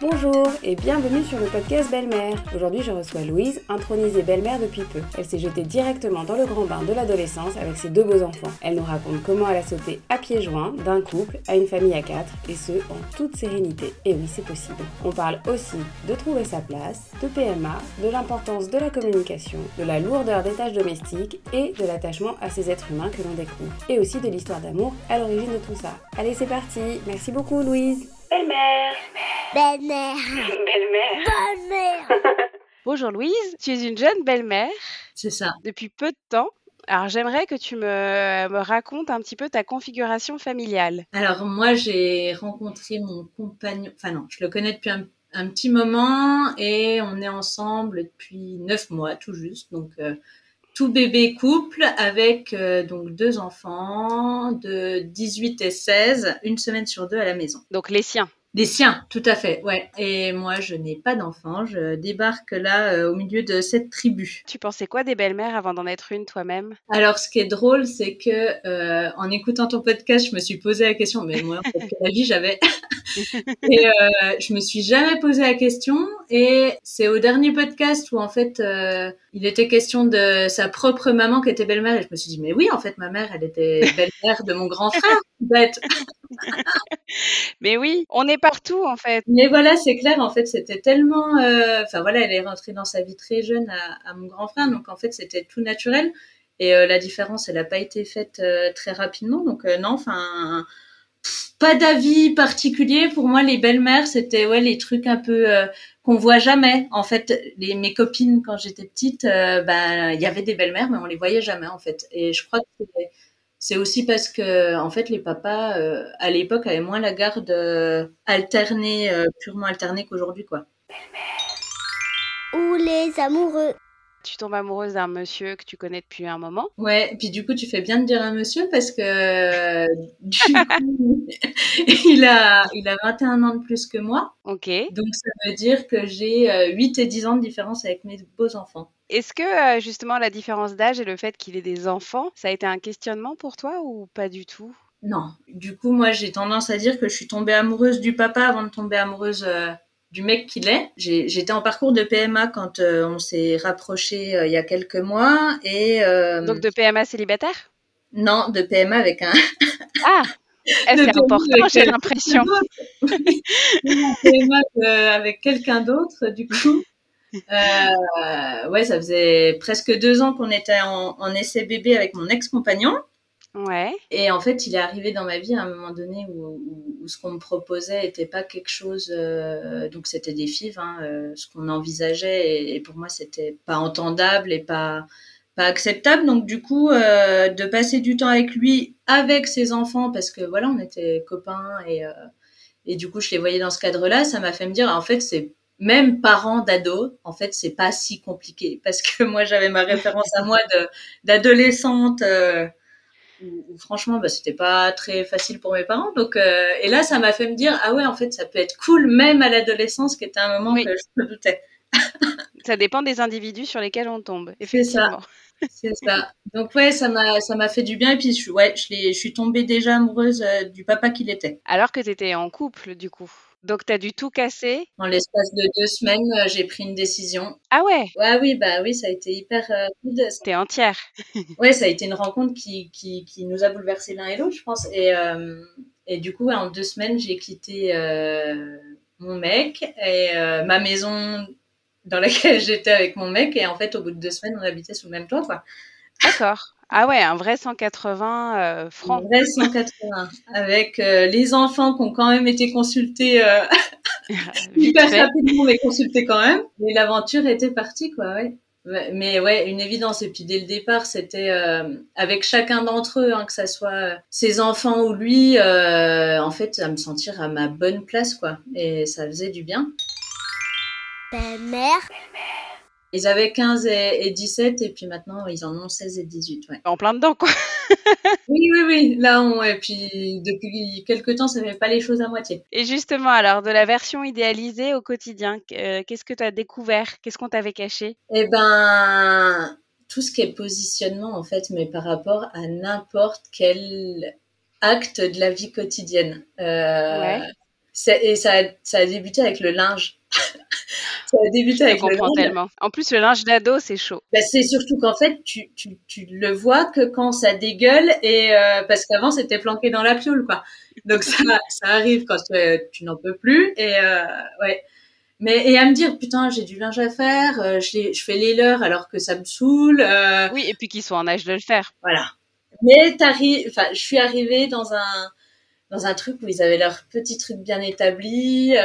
Bonjour et bienvenue sur le podcast Belle-Mère. Aujourd'hui je reçois Louise, intronisée belle-mère depuis peu. Elle s'est jetée directement dans le grand bain de l'adolescence avec ses 2 beaux enfants. Elle nous raconte comment elle a sauté à pieds joints d'un couple à une famille à 4 et ce en toute sérénité. Et oui, c'est possible. On parle aussi de trouver sa place, de PMA, de l'importance de la communication, de la lourdeur des tâches domestiques et de l'attachement à ces êtres humains que l'on découvre. Et aussi de l'histoire d'amour à l'origine de tout ça. Allez, c'est parti. Merci beaucoup Louise. Belle-mère. Belle-mère. Belle-mère. Belle-mère. Bonjour Louise, tu es une jeune belle-mère. C'est ça. Depuis peu de temps. Alors j'aimerais que tu me racontes un petit peu ta configuration familiale. Alors moi, j'ai rencontré mon compagnon, enfin non, je le connais depuis un petit moment et on est ensemble depuis 9 mois tout juste. Donc tout bébé couple avec donc 2 enfants de 18 et 16, une semaine sur 2 à la maison. Donc les siens. Les siens, tout à fait, ouais. Et moi, je n'ai pas d'enfant. Je débarque là au milieu de cette tribu. Tu pensais quoi des belles-mères avant d'en être une toi-même? Alors, ce qui est drôle, c'est que en écoutant ton podcast, je me suis posé la question. Mais moi, en fait, quelle vie j'avais. Et je me suis jamais posé la question. Et c'est au dernier podcast où en fait, il était question de sa propre maman qui était belle-mère. Et je me suis dit, mais oui, en fait, ma mère, elle était belle-mère de mon grand frère. Bête. Mais oui, on est partout en fait. Mais voilà, c'est clair, en fait, c'était tellement... Enfin voilà, elle est rentrée dans sa vie très jeune à mon grand frère, donc en fait, c'était tout naturel. Et la différence, elle n'a pas été faite très rapidement. Donc non, enfin, pas d'avis particulier. Pour moi, les belles-mères, c'était les trucs un peu qu'on voit jamais. En fait, mes copines, quand j'étais petite, il y avait des belles-mères, mais on les voyait jamais, en fait. Et je crois que c'est aussi parce que, en fait, les papas, à l'époque, avaient moins la garde alternée, purement alternée qu'aujourd'hui, quoi. Ou les amoureux. Tu tombes amoureuse d'un monsieur que tu connais depuis un moment. Ouais, et puis du coup, tu fais bien de dire un monsieur parce que du coup, il a 21 ans de plus que moi. Ok. Donc, ça veut dire que j'ai 8 et 10 ans de différence avec mes beaux enfants. Est-ce que justement la différence d'âge et le fait qu'il ait des enfants, ça a été un questionnement pour toi ou pas du tout? Non. Du coup, moi, j'ai tendance à dire que je suis tombée amoureuse du papa avant de tomber amoureuse du mec qu'il est. J'étais en parcours de PMA quand on s'est rapprochés il y a quelques mois et Donc de PMA célibataire? non, de PMA avec un Ah, de c'est PMA important, avec j'ai l'impression. Oui, non, PMA avec quelqu'un d'autre, du coup. Ouais, ça faisait presque 2 ans qu'on était en essai bébé avec mon ex-compagnon. Ouais. Et en fait, il est arrivé dans ma vie à un moment donné où ce qu'on me proposait était pas quelque chose. Donc c'était des fives, ce qu'on envisageait, et pour moi c'était pas entendable et pas acceptable. Donc du coup, de passer du temps avec lui, avec ses enfants, parce que voilà, on était copains et du coup je les voyais dans ce cadre-là, ça m'a fait me dire en fait c'est même parents d'ados, en fait c'est pas si compliqué parce que moi j'avais ma référence à moi d'adolescente. Où franchement c'était pas très facile pour mes parents, donc et là ça m'a fait me dire ah ouais, en fait ça peut être cool même à l'adolescence, qui était un moment Oui. que je me doutais. Ça dépend des individus sur lesquels on tombe, C'est ça, effectivement. c'est ça. Donc ouais, ça m'a fait du bien, et puis je suis tombée déjà amoureuse du papa qu'il était. Alors que tu étais en couple, du coup. Donc tu as dû tout casser. En l'espace de 2 semaines, j'ai pris une décision. Ah ouais, Ouais, oui, bah oui, ça a été hyper rapide. t'es entière. Ouais, ça a été une rencontre qui nous a bouleversés l'un et l'autre, je pense. Et du coup, ouais, en 2 semaines, j'ai quitté mon mec et ma maison dans laquelle j'étais avec mon mec. Et en fait, au bout de 2 semaines, on habitait sous le même toit, quoi. D'accord. Ah ouais, un vrai 180 Un francs. vrai 180, avec les enfants qui ont quand même été consultés Vite hyper fait. rapidement, mais consultés quand même. Et l'aventure était partie, quoi, ouais. Mais ouais, une évidence. Et puis dès le départ, c'était avec chacun d'entre eux, que ça soit ses enfants ou lui, en fait, à me sentir à ma bonne place, quoi. Et ça faisait du bien. Belle-mère. Ils avaient 15 et 17, et puis maintenant, ils en ont 16 et 18, ouais. En plein dedans, quoi. Oui, oui, oui. Là, et puis depuis quelques temps, ça ne fait pas les choses à moitié. Et justement, alors, de la version idéalisée au quotidien, qu'est-ce que tu as découvert? Qu'est-ce qu'on t'avait caché? Eh ben, tout ce qui est positionnement, en fait, mais par rapport à n'importe quel acte de la vie quotidienne. Ouais. Ça a débuté avec le linge. Ça a Je débuté te avec le comprends linge. tellement. En plus, le linge d'ado, c'est chaud. Bah, c'est surtout qu'en fait, tu le vois que quand ça dégueule et parce qu'avant c'était planqué dans la pioule, quoi. Donc ça arrive quand tu n'en peux plus et ouais. Mais et à me dire putain j'ai du linge à faire, je fais les leurs alors que ça me saoule. Oui, et puis qu'ils soient en âge de le faire. Voilà. Mais je suis arrivée dans un truc où ils avaient leur petit truc bien établi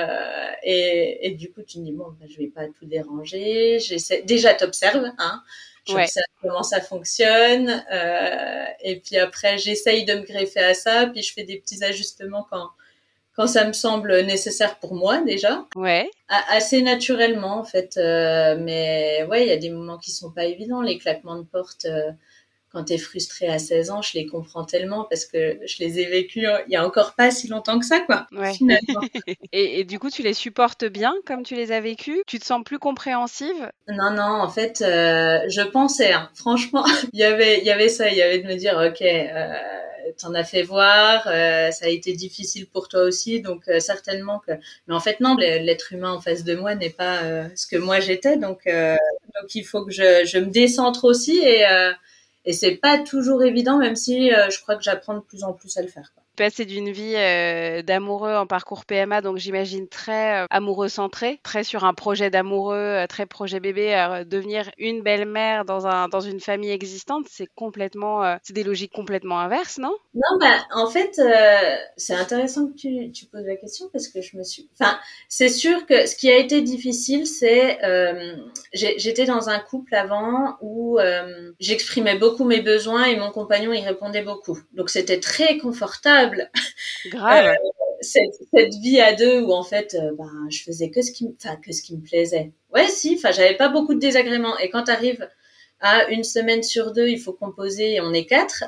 et du coup tu te dis bon bah, je vais pas tout déranger, déjà t'observes hein, Ouais. j'observe comment ça fonctionne et puis après j'essaye de me greffer à ça puis je fais des petits ajustements quand ça me semble nécessaire pour moi déjà Ouais. assez naturellement en fait mais ouais il y a des moments qui sont pas évidents, les claquements de porte quand tu es frustré à 16 ans, je les comprends tellement parce que je les ai vécus il y a encore pas si longtemps que ça, quoi, Ouais. finalement. Et du coup, tu les supportes bien comme tu les as vécus? Tu te sens plus compréhensive? Non, non, en fait, je pensais, hein, franchement, il y avait ça, il y avait de me dire, ok, t'en as fait voir, ça a été difficile pour toi aussi, donc certainement que. Mais en fait, non, l'être humain en face de moi n'est pas ce que moi j'étais, donc il faut que je me décentre aussi et c'est pas toujours évident, même si je crois que j'apprends de plus en plus à le faire, quoi. Passer d'une vie, d'amoureux en parcours PMA, donc j'imagine très, amoureux centré, très sur un projet d'amoureux, très projet bébé, à devenir une belle-mère dans une famille existante, c'est complètement, c'est des logiques complètement inverses, non? Non, bah, en fait, c'est intéressant que tu poses la question parce que enfin, c'est sûr que ce qui a été difficile, c'est, j'étais dans un couple avant où j'exprimais beaucoup mes besoins et mon compagnon y répondait beaucoup. Donc c'était très confortable euh, Grave. cette vie à deux où en fait, ben, je faisais que ce qui me plaisait. Ouais, si, enfin, j'avais pas beaucoup de désagréments. Et quand t'arrives à une semaine sur deux, il faut composer et on est quatre.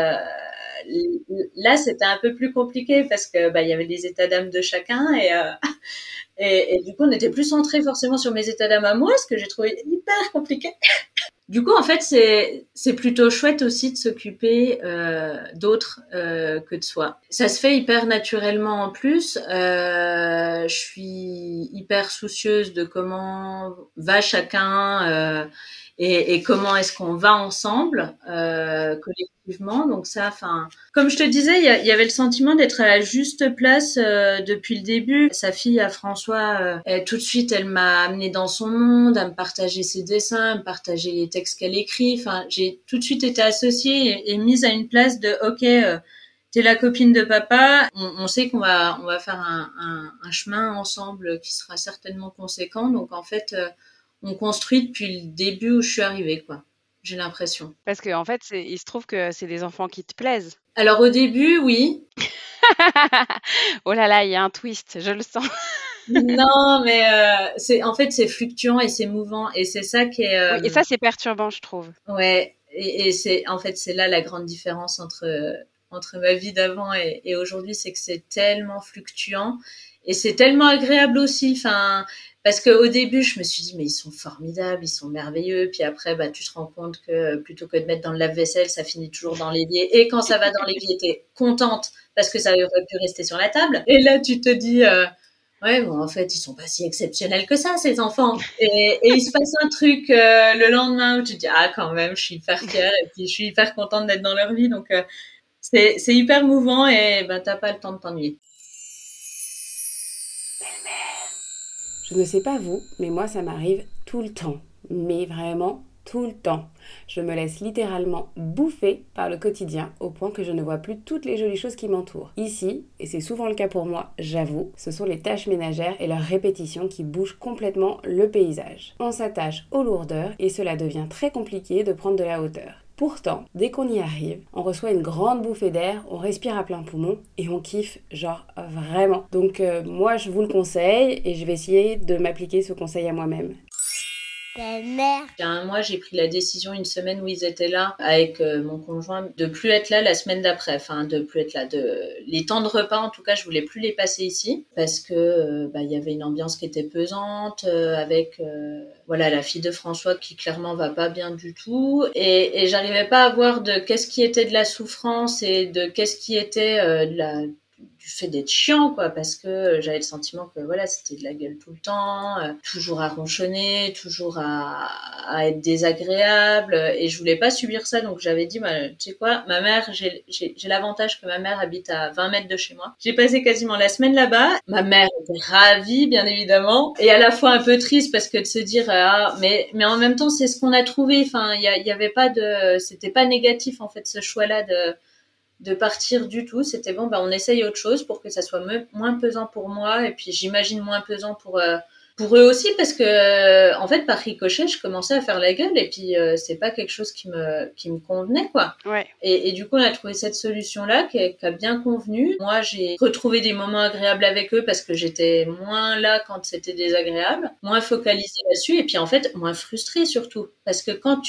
Là, c'était un peu plus compliqué parce que bah il y avait les états d'âme de chacun et du coup, on était plus centré forcément sur mes états d'âme à moi, ce que j'ai trouvé hyper compliqué. Du coup, en fait, c'est plutôt chouette aussi de s'occuper d'autres que de soi. Ça se fait hyper naturellement en plus. Je suis hyper soucieuse de comment va chacun et comment est-ce qu'on va ensemble collectivement. Donc ça, enfin, comme je te disais, il y avait le sentiment d'être à la juste place depuis le début. Sa fille, à François, tout de suite, elle m'a amenée dans son monde, à me partager ses dessins, à me partager les textes qu'elle écrit. Enfin, j'ai tout de suite été associée et mise à une place de OK. T'es la copine de papa. On sait on va faire un chemin ensemble qui sera certainement conséquent. Donc en fait, on construit depuis le début où je suis arrivée, quoi. J'ai l'impression. Parce qu'en fait, il se trouve que c'est des enfants qui te plaisent. Alors au début, oui. Oh là là, il y a un twist, je le sens. Non, mais en fait c'est fluctuant et c'est mouvant et c'est ça qui est Oui, et ça, c'est perturbant, je trouve. ouais et c'est en fait c'est là la grande différence entre ma vie d'avant et aujourd'hui, c'est que c'est tellement fluctuant et c'est tellement agréable aussi. Enfin, parce que au début, je me suis dit mais ils sont formidables, ils sont merveilleux. Puis après, bah tu te rends compte que plutôt que de mettre dans le lave-vaisselle, ça finit toujours dans l'évier. Et quand ça va dans l'évier, t'es contente parce que ça aurait pu rester sur la table. Et là, tu te dis ouais, bon, en fait, ils sont pas si exceptionnels que ça, ces enfants. Et il se passe un truc le lendemain où tu te dis ah quand même, je suis hyper fière et puis je suis hyper contente d'être dans leur vie. Donc c'est hyper mouvant et ben t'as pas le temps de t'ennuyer. Je ne sais pas vous, mais moi ça m'arrive tout le temps. Mais vraiment tout le temps. Je me laisse littéralement bouffer par le quotidien au point que je ne vois plus toutes les jolies choses qui m'entourent. Ici, et c'est souvent le cas pour moi, j'avoue, ce sont les tâches ménagères et leurs répétitions qui bougent complètement le paysage. On s'attache aux lourdeurs et cela devient très compliqué de prendre de la hauteur. Pourtant, dès qu'on y arrive, on reçoit une grande bouffée d'air, on respire à plein poumon et on kiffe, genre vraiment. Donc moi je vous le conseille et je vais essayer de m'appliquer ce conseil à moi-même. Belle-mère. Il y a un mois, j'ai pris la décision une semaine où ils étaient là avec mon conjoint de plus être là la semaine d'après. Enfin, de plus être là. Les temps de repas, en tout cas, je voulais plus les passer ici parce que il y avait une ambiance qui était pesante avec voilà la fille de François qui clairement va pas bien du tout et j'arrivais pas à voir de qu'est-ce qui était de la souffrance et de qu'est-ce qui était du fait d'être chiant, quoi, parce que j'avais le sentiment que voilà, c'était de la gueule tout le temps, toujours à ronchonner, toujours à être désagréable, et je voulais pas subir ça, donc j'avais dit, bah, tu sais quoi, ma mère, j'ai l'avantage que ma mère habite à 20 mètres de chez moi. J'ai passé quasiment la semaine là-bas. Ma mère était ravie, bien évidemment, et à la fois un peu triste parce que de se dire, mais en même temps, c'est ce qu'on a trouvé. Enfin, il y avait pas c'était pas négatif en fait ce choix-là de partir du tout. C'était bon, bah on essaye autre chose pour que ça soit moins pesant pour moi, et puis j'imagine moins pesant pour eux aussi, parce que en fait par ricochet je commençais à faire la gueule, et puis c'est pas quelque chose qui me convenait, quoi. Ouais. Et du coup on a trouvé cette solution là qui a bien convenu. Moi j'ai retrouvé des moments agréables avec eux parce que j'étais moins là quand c'était désagréable, moins focalisée là-dessus, et puis en fait moins frustrée surtout, parce que quand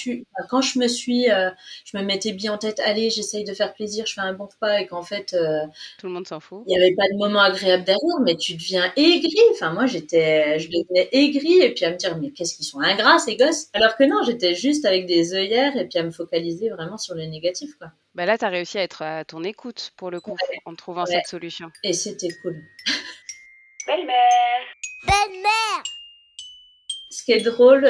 je me mettais bien en tête, allez j'essaye de faire plaisir, je fais un bon repas, et qu'en fait Tout le monde s'en fout. il n'y avait pas de moment agréable derrière, mais tu deviens aigri. Enfin, moi, je devenais aigri, et puis à me dire, mais qu'est-ce qu'ils sont ingrats, ces gosses? Alors que non, j'étais juste avec des œillères, et puis à me focaliser vraiment sur le négatif, quoi. Bah là, tu as réussi à être à ton écoute, pour le coup, en trouvant Ouais. cette solution. Et c'était cool. Belle-mère. Belle-mère. Ce qui est drôle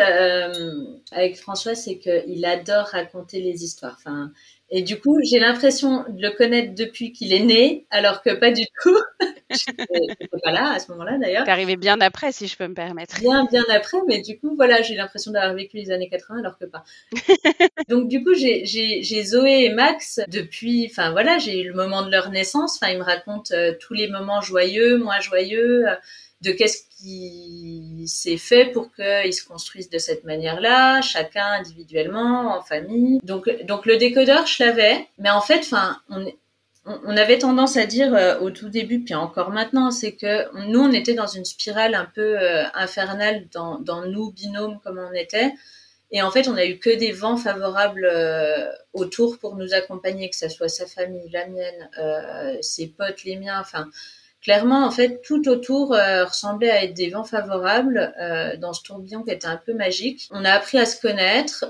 avec François, c'est qu'il adore raconter les histoires. Enfin, et du coup, j'ai l'impression de le connaître depuis qu'il est né, alors que pas du tout. J'étais pas là à ce moment-là, d'ailleurs. T'es arrivé bien après, si je peux me permettre. Bien après, mais du coup, voilà, j'ai l'impression d'avoir vécu les années 80, alors que pas. Donc, du coup, j'ai Zoé et Max depuis, enfin, voilà, j'ai eu le moment de leur naissance. Enfin, ils me racontent tous les moments joyeux, moins joyeux, de qu'est-ce qui s'est fait pour qu'ils se construisent de cette manière-là, chacun individuellement, en famille. Donc le décodeur, je l'avais, mais en fait, enfin, on avait tendance à dire au tout début, puis encore maintenant, c'est que nous, on était dans une spirale un peu infernale dans nous, binômes, comme on était. Et en fait, on a eu que des vents favorables autour pour nous accompagner, que ça soit sa famille, la mienne, ses potes, les miens. Enfin, clairement, en fait, tout autour ressemblait à être des vents favorables dans ce tourbillon qui était un peu magique. On a appris à se connaître.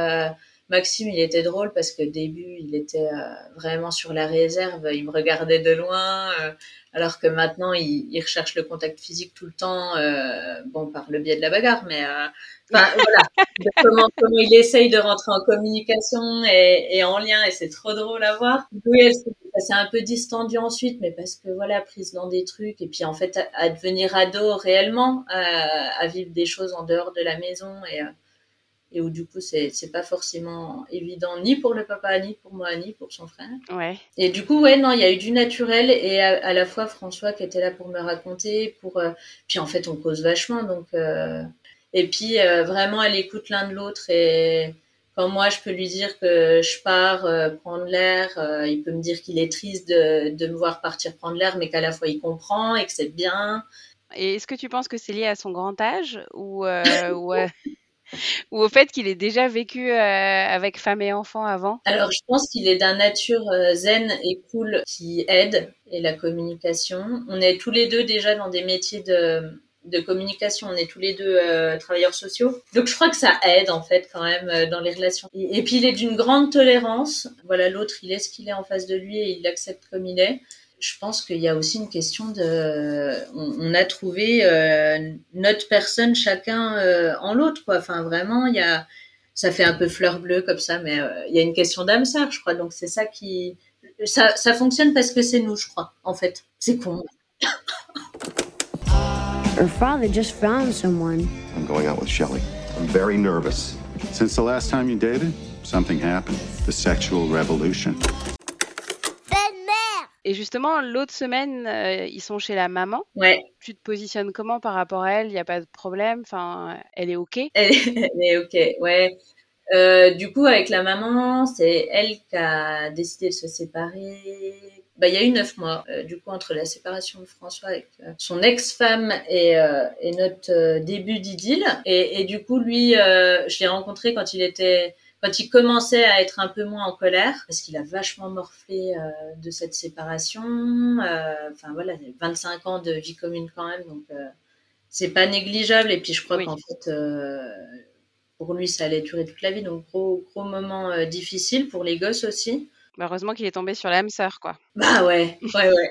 Maxime, il était drôle parce que au début, il était vraiment sur la réserve. Il me regardait de loin, alors que maintenant, il recherche le contact physique tout le temps, bon, par le biais de la bagarre, mais enfin, voilà, comment il essaye de rentrer en communication et en lien, et c'est trop drôle à voir. Oui, elle s'est un peu distendue ensuite, mais parce que voilà, prise dans des trucs, et puis en fait, à devenir ado réellement, à vivre des choses en dehors de la maison, et où du coup c'est pas forcément évident ni pour le papa, ni pour moi, ni pour son frère. Ouais. Et du coup, ouais, non, il y a eu du naturel, et à la fois François qui était là pour me raconter, puis en fait on cause vachement, donc et puis vraiment elle écoute l'un de l'autre, et quand moi je peux lui dire que je pars prendre l'air, il peut me dire qu'il est triste de me voir partir prendre l'air, mais qu'à la fois il comprend et que c'est bien. Et est-ce que tu penses que c'est lié à son grand âge ou ou au fait qu'il ait déjà vécu avec femme et enfant avant? Alors, je pense qu'il est d'un nature zen et cool, qui aide, et la communication. On est tous les deux déjà dans des métiers de communication. On est tous les deux travailleurs sociaux. Donc, je crois que ça aide, en fait, quand même, dans les relations. Et puis, il est d'une grande tolérance. Voilà, l'autre, il est ce qu'il est en face de lui, et il l'accepte comme il est. Je pense qu'il y a aussi une question on a trouvé notre personne chacun en l'autre, quoi. Enfin, vraiment, ça fait un peu fleur bleue comme ça, mais il y a une question d'âme sœur, je crois. Donc c'est ça fonctionne parce que c'est nous, je crois, en fait. C'est con. Her father just found someone. I'm going out with Shelley. I'm very nervous. Since the last time you dated, something happened. The sexual revolution. Belle-mère. Et justement, l'autre semaine, ils sont chez la maman. Ouais. Tu te positionnes comment par rapport à elle? Il n'y a pas de problème? Enfin, elle est OK? Elle est OK, ouais. Du coup, avec la maman, c'est elle qui a décidé de se séparer. Bah, il y a eu 9 mois, du coup, entre la séparation de François avec son ex-femme et notre début d'idylle. Et du coup, lui, je l'ai rencontré quand il commençait à être un peu moins en colère, parce qu'il a vachement morflé de cette séparation. Enfin voilà, 25 ans de vie commune quand même, donc c'est pas négligeable. Et puis je crois qu'en fait, pour lui, ça allait durer toute la vie, donc gros moment difficile pour les gosses aussi. Bah, heureusement qu'il est tombé sur l'âme sœur, quoi. Bah ouais.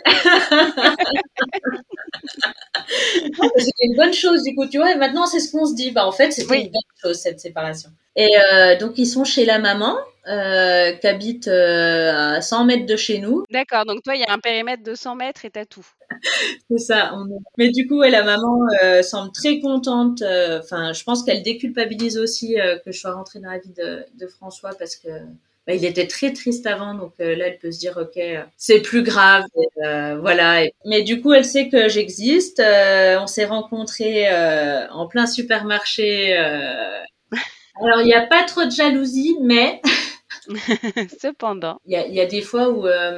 Non, mais c'était une bonne chose du coup, tu vois. Et maintenant, c'est ce qu'on se dit. Bah en fait, c'était une bonne chose cette séparation. Et donc ils sont chez la maman qui habite à 100 mètres de chez nous. D'accord, donc toi, il y a un périmètre de 100 mètres et t'as tout. C'est ça. Mais du coup, ouais, la maman semble très contente. Enfin, je pense qu'elle déculpabilise aussi que je sois rentrée dans la vie de François parce que bah, il était très triste avant. Donc là, elle peut se dire, ok, c'est plus grave. Voilà. Mais du coup, elle sait que j'existe. On s'est rencontrés en plein supermarché. Alors, il n'y a pas trop de jalousie, mais Cependant. il y a des fois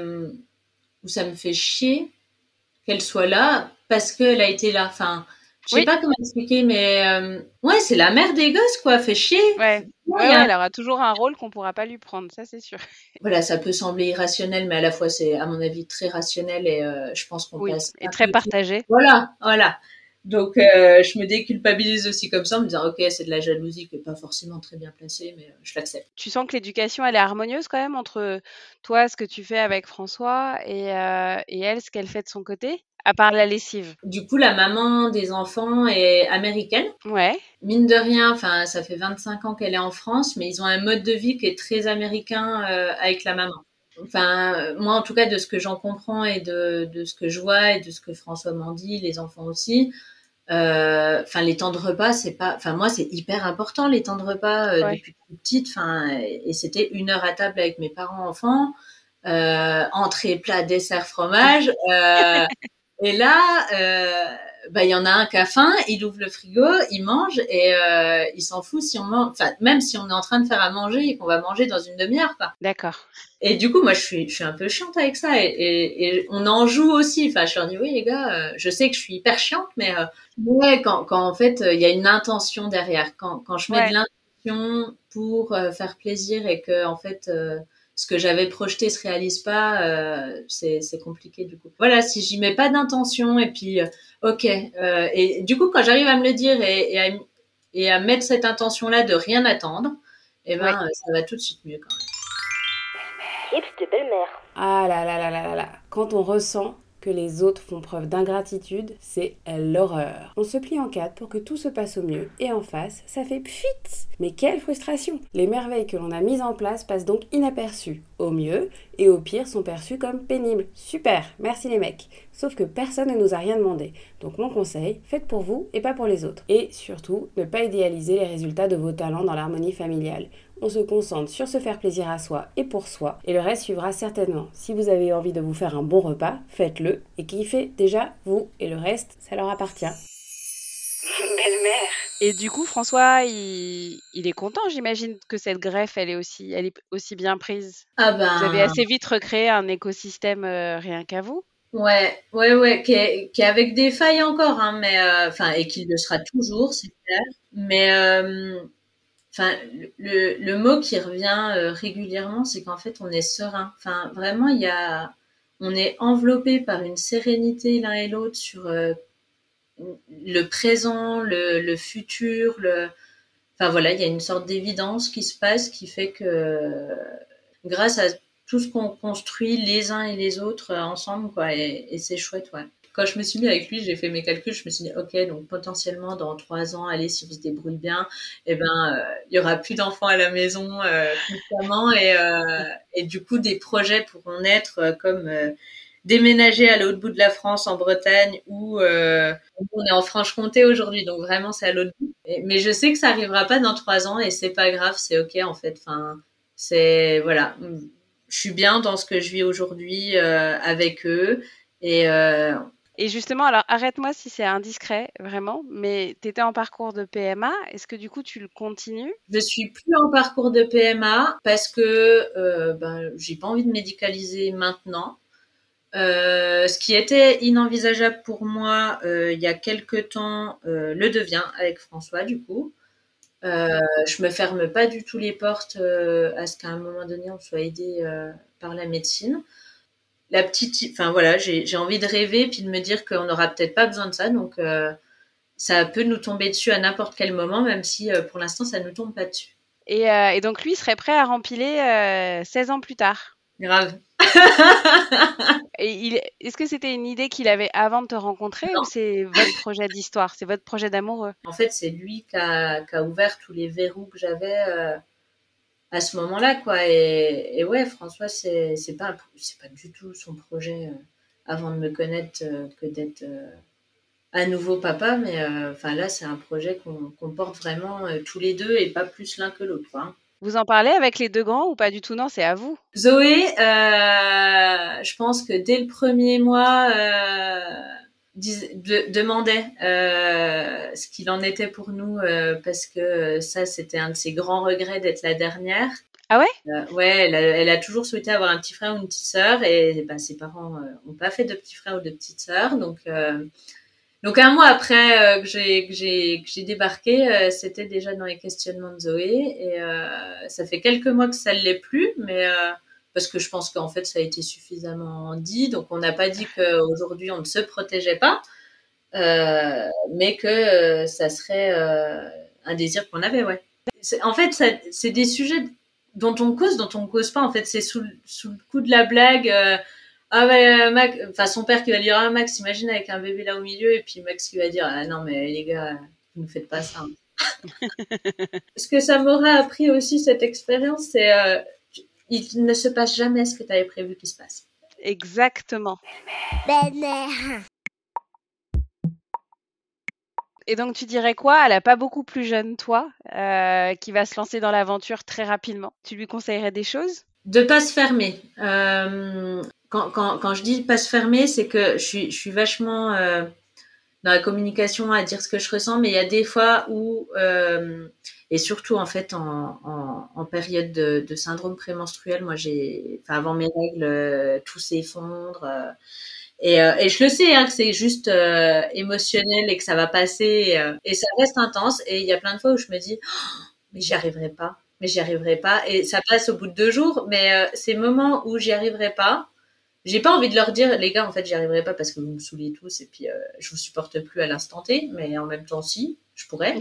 où ça me fait chier qu'elle soit là parce qu'elle a été là. Enfin, je sais Oui. pas comment expliquer, mais ouais, c'est la mère des gosses, quoi. Fait chier. Ouais. Ouais, Ouais, elle aura toujours un rôle qu'on pourra pas lui prendre, ça c'est sûr. Voilà, ça peut sembler irrationnel, mais à la fois c'est, à mon avis, très rationnel et je pense qu'on Oui, passe. et très partagé. Voilà. Donc je me déculpabilise aussi comme ça en me disant ok, c'est de la jalousie qui est pas forcément très bien placée, mais je l'accepte. Tu sens que l'éducation, elle est harmonieuse quand même entre toi, ce que tu fais avec François et elle, ce qu'elle fait de son côté, à part la lessive. Du coup, la maman des enfants est américaine. Ouais. Mine de rien, enfin, ça fait 25 ans qu'elle est en France, mais ils ont un mode de vie qui est très américain avec la maman. Enfin, moi, en tout cas, de ce que j'en comprends et de ce que je vois et de ce que François m'en dit, les enfants aussi. Enfin, les temps de repas, c'est pas. Enfin, moi, c'est hyper important les temps de repas Ouais. depuis toute petite. Enfin, et c'était 1 heure à table avec mes parents enfants, entrée, plat, dessert, fromage. Et là, bah, il y en a un qui a faim, il ouvre le frigo, il mange et il s'en fout si on mange, enfin, même si on est en train de faire à manger et qu'on va manger dans une demi-heure, quoi. D'accord. Et du coup, moi, je suis un peu chiante avec ça et on en joue aussi. Enfin, je leur dis, oui, les gars, je sais que je suis hyper chiante, mais ouais, quand en fait, il y a une intention derrière. Quand je mets de l'intention pour faire plaisir et que, en fait, ce que j'avais projeté se réalise pas, c'est compliqué du coup. Voilà, si j'y mets pas d'intention et puis ok, et du coup quand j'arrive à me le dire et à mettre cette intention-là de rien attendre, et ben ça va tout de suite mieux quand même. Tips de belle-mère. Ah là là là là là là. Quand on ressent que les autres font preuve d'ingratitude, c'est l'horreur. On se plie en quatre pour que tout se passe au mieux, et en face, ça fait pfuit. Mais quelle frustration! Les merveilles que l'on a mises en place passent donc inaperçues, au mieux, et au pire sont perçues comme pénibles. Super, merci les mecs. Sauf que personne ne nous a rien demandé. Donc mon conseil, faites pour vous et pas pour les autres. Et surtout, ne pas idéaliser les résultats de vos talents dans l'harmonie familiale. On se concentre sur se faire plaisir à soi et pour soi, et le reste suivra certainement. Si vous avez envie de vous faire un bon repas, faites-le, et kiffez déjà vous, et le reste, ça leur appartient. Belle-mère. Et du coup, François, il est content, j'imagine que cette greffe, elle est aussi bien prise. Ah ben. Vous avez assez vite recréé un écosystème rien qu'à vous. Ouais, qui est avec des failles encore, hein, mais enfin, et qui le sera toujours, c'est clair. Mais enfin, le mot qui revient régulièrement, c'est qu'en fait, on est serein. Enfin, vraiment, on est enveloppé par une sérénité l'un et l'autre sur le présent, le futur, enfin voilà, il y a une sorte d'évidence qui se passe qui fait que grâce à tout ce qu'on construit les uns et les autres ensemble, quoi, et c'est chouette, ouais. Quand je me suis mis avec lui, j'ai fait mes calculs, je me suis dit, ok, donc potentiellement dans 3 ans, allez, si on se débrouille bien, eh ben, il y aura plus d'enfants à la maison constamment, et du coup, des projets pourront naître comme déménager à l'autre bout de la France, en Bretagne, ou on est en Franche-Comté aujourd'hui, donc vraiment c'est à l'autre bout. Mais je sais que ça arrivera pas dans 3 ans, et c'est pas grave, c'est ok en fait. Enfin, c'est voilà. Je suis bien dans ce que je vis aujourd'hui avec eux. Et justement, alors arrête-moi si c'est indiscret, vraiment, mais tu étais en parcours de PMA, est-ce que du coup tu le continues? Je suis plus en parcours de PMA parce que ben, j'ai pas envie de médicaliser maintenant. Ce qui était inenvisageable pour moi il y a quelques temps le devient avec François du coup. Je me ferme pas du tout les portes à ce qu'à un moment donné on soit aidé par la médecine. Enfin voilà, j'ai envie de rêver puis de me dire qu'on n'aura peut-être pas besoin de ça, donc ça peut nous tomber dessus à n'importe quel moment, même si pour l'instant ça nous tombe pas dessus. Et donc lui serait prêt à rempiler 16 ans plus tard. Grave. Et est-ce que c'était une idée qu'il avait avant de te rencontrer Non. ou c'est votre projet d'histoire, c'est votre projet d'amoureux? En fait, c'est lui qui a ouvert tous les verrous que j'avais à ce moment-là, quoi. Et ouais, François, c'est pas du tout son projet avant de me connaître que d'être à nouveau papa, mais enfin là, c'est un projet qu'on porte vraiment tous les deux et pas plus l'un que l'autre, quoi. Vous en parlez avec les deux grands ou pas du tout? Non, c'est à vous. Zoé, je pense que dès le premier mois, demandait ce qu'il en était pour nous, parce que ça, c'était un de ses grands regrets d'être la dernière. Ah ouais? Ouais, elle a toujours souhaité avoir un petit frère ou une petite sœur, et bah, ses parents n'ont pas fait de petits frères ou de petites sœurs, donc un mois après que j'ai débarqué, c'était déjà dans les questionnements de Zoé, et ça fait quelques mois que ça ne l'est plus, mais parce que je pense qu'en fait ça a été suffisamment dit, donc on n'a pas dit qu'aujourd'hui on ne se protégeait pas, mais que ça serait un désir qu'on avait, ouais. En fait, c'est des sujets dont on cause pas, en fait, c'est sous le coup de la blague. Ah bah Max, enfin son père qui va dire ah Max, imagine avec un bébé là au milieu, et puis Max qui va dire ah non mais les gars, vous ne faites pas ça. Ce que ça m'aura appris aussi cette expérience, c'est il ne se passe jamais ce que tu avais prévu qu'il se passe. Exactement. Belle-mère. Et donc tu dirais quoi? Elle a pas beaucoup plus jeune toi, qui va se lancer dans l'aventure très rapidement. Tu lui conseillerais des choses? De pas se fermer. Quand je dis pas se fermer, c'est que je suis vachement dans la communication à dire ce que je ressens, mais il y a des fois où, et surtout en fait en période de syndrome prémenstruel, moi avant mes règles, tout s'effondre. Et je le sais que c'est juste émotionnel et que ça va passer, et ça reste intense. Et il y a plein de fois où je me dis mais j'y arriverai pas. Et ça passe au bout de 2 jours, mais ces moments où j'y arriverai pas, j'ai pas envie de leur dire les gars en fait j'y arriverai pas parce que vous me saoulez tous et puis je vous supporte plus à l'instant T, mais en même temps si je pourrais.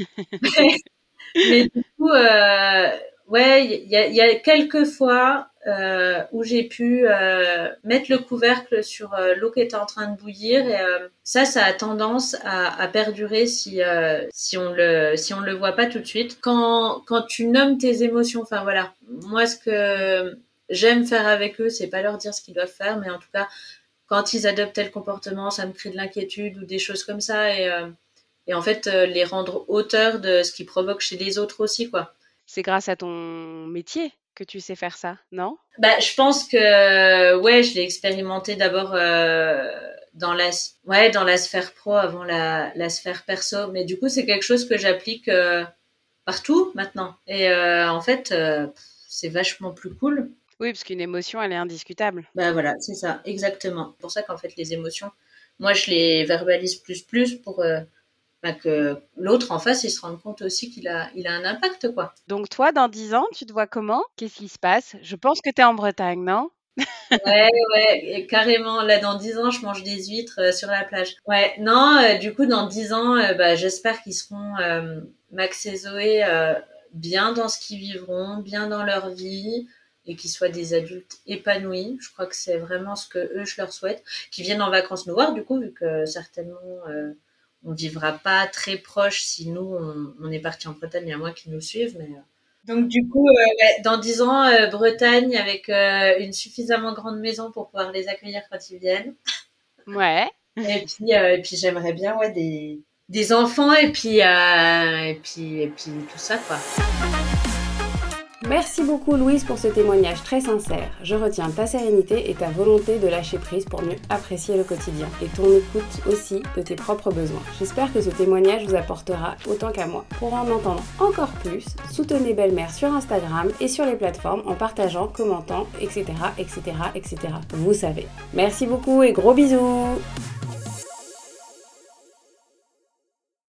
mais du coup ouais, il y a quelques fois où j'ai pu mettre le couvercle sur l'eau qui était en train de bouillir, et ça a tendance à perdurer si on le voit pas tout de suite. Quand tu nommes tes émotions, enfin voilà, moi ce que j'aime faire avec eux, c'est pas leur dire ce qu'ils doivent faire, mais en tout cas quand ils adoptent tel comportement, ça me crée de l'inquiétude ou des choses comme ça, et en fait les rendre auteurs de ce qu'ils provoquent chez les autres aussi, quoi. C'est grâce à ton métier que tu sais faire ça, non? Bah, je pense que ouais, je l'ai expérimenté d'abord dans la sphère pro avant la sphère perso, mais du coup c'est quelque chose que j'applique partout maintenant, et en fait c'est vachement plus cool. Oui, parce qu'une émotion, elle est indiscutable. Bah voilà, c'est ça, exactement. C'est pour ça qu'en fait les émotions, moi je les verbalise plus pour que l'autre en face il se rende compte aussi qu'il a un impact, quoi. Donc toi, dans 10 ans, tu te vois comment? Qu'est-ce qui se passe? Je pense que tu es en Bretagne, non? Ouais, et carrément. Là, dans 10 ans, je mange des huîtres sur la plage. Ouais, non, du coup, dans 10 ans, j'espère qu'ils seront, Max et Zoé, bien dans ce qu'ils vivront, bien dans leur vie, et qu'ils soient des adultes épanouis. Je crois que c'est vraiment ce que eux, je leur souhaite. Qu'ils viennent en vacances nous voir, du coup, vu que certainement, on vivra pas très proche si nous, on est partis en Bretagne, à moins qu'ils nous suivent, mais... Donc du coup, dans 10 ans, Bretagne avec une suffisamment grande maison pour pouvoir les accueillir quand ils viennent. Ouais. Et puis j'aimerais bien des enfants et puis tout ça, quoi. Merci beaucoup Louise pour ce témoignage très sincère. Je retiens ta sérénité et ta volonté de lâcher prise pour mieux apprécier le quotidien et ton écoute aussi de tes propres besoins. J'espère que ce témoignage vous apportera autant qu'à moi. Pour en entendre encore plus, soutenez Belle-Mère sur Instagram et sur les plateformes en partageant, commentant, etc. Vous savez. Merci beaucoup et gros bisous.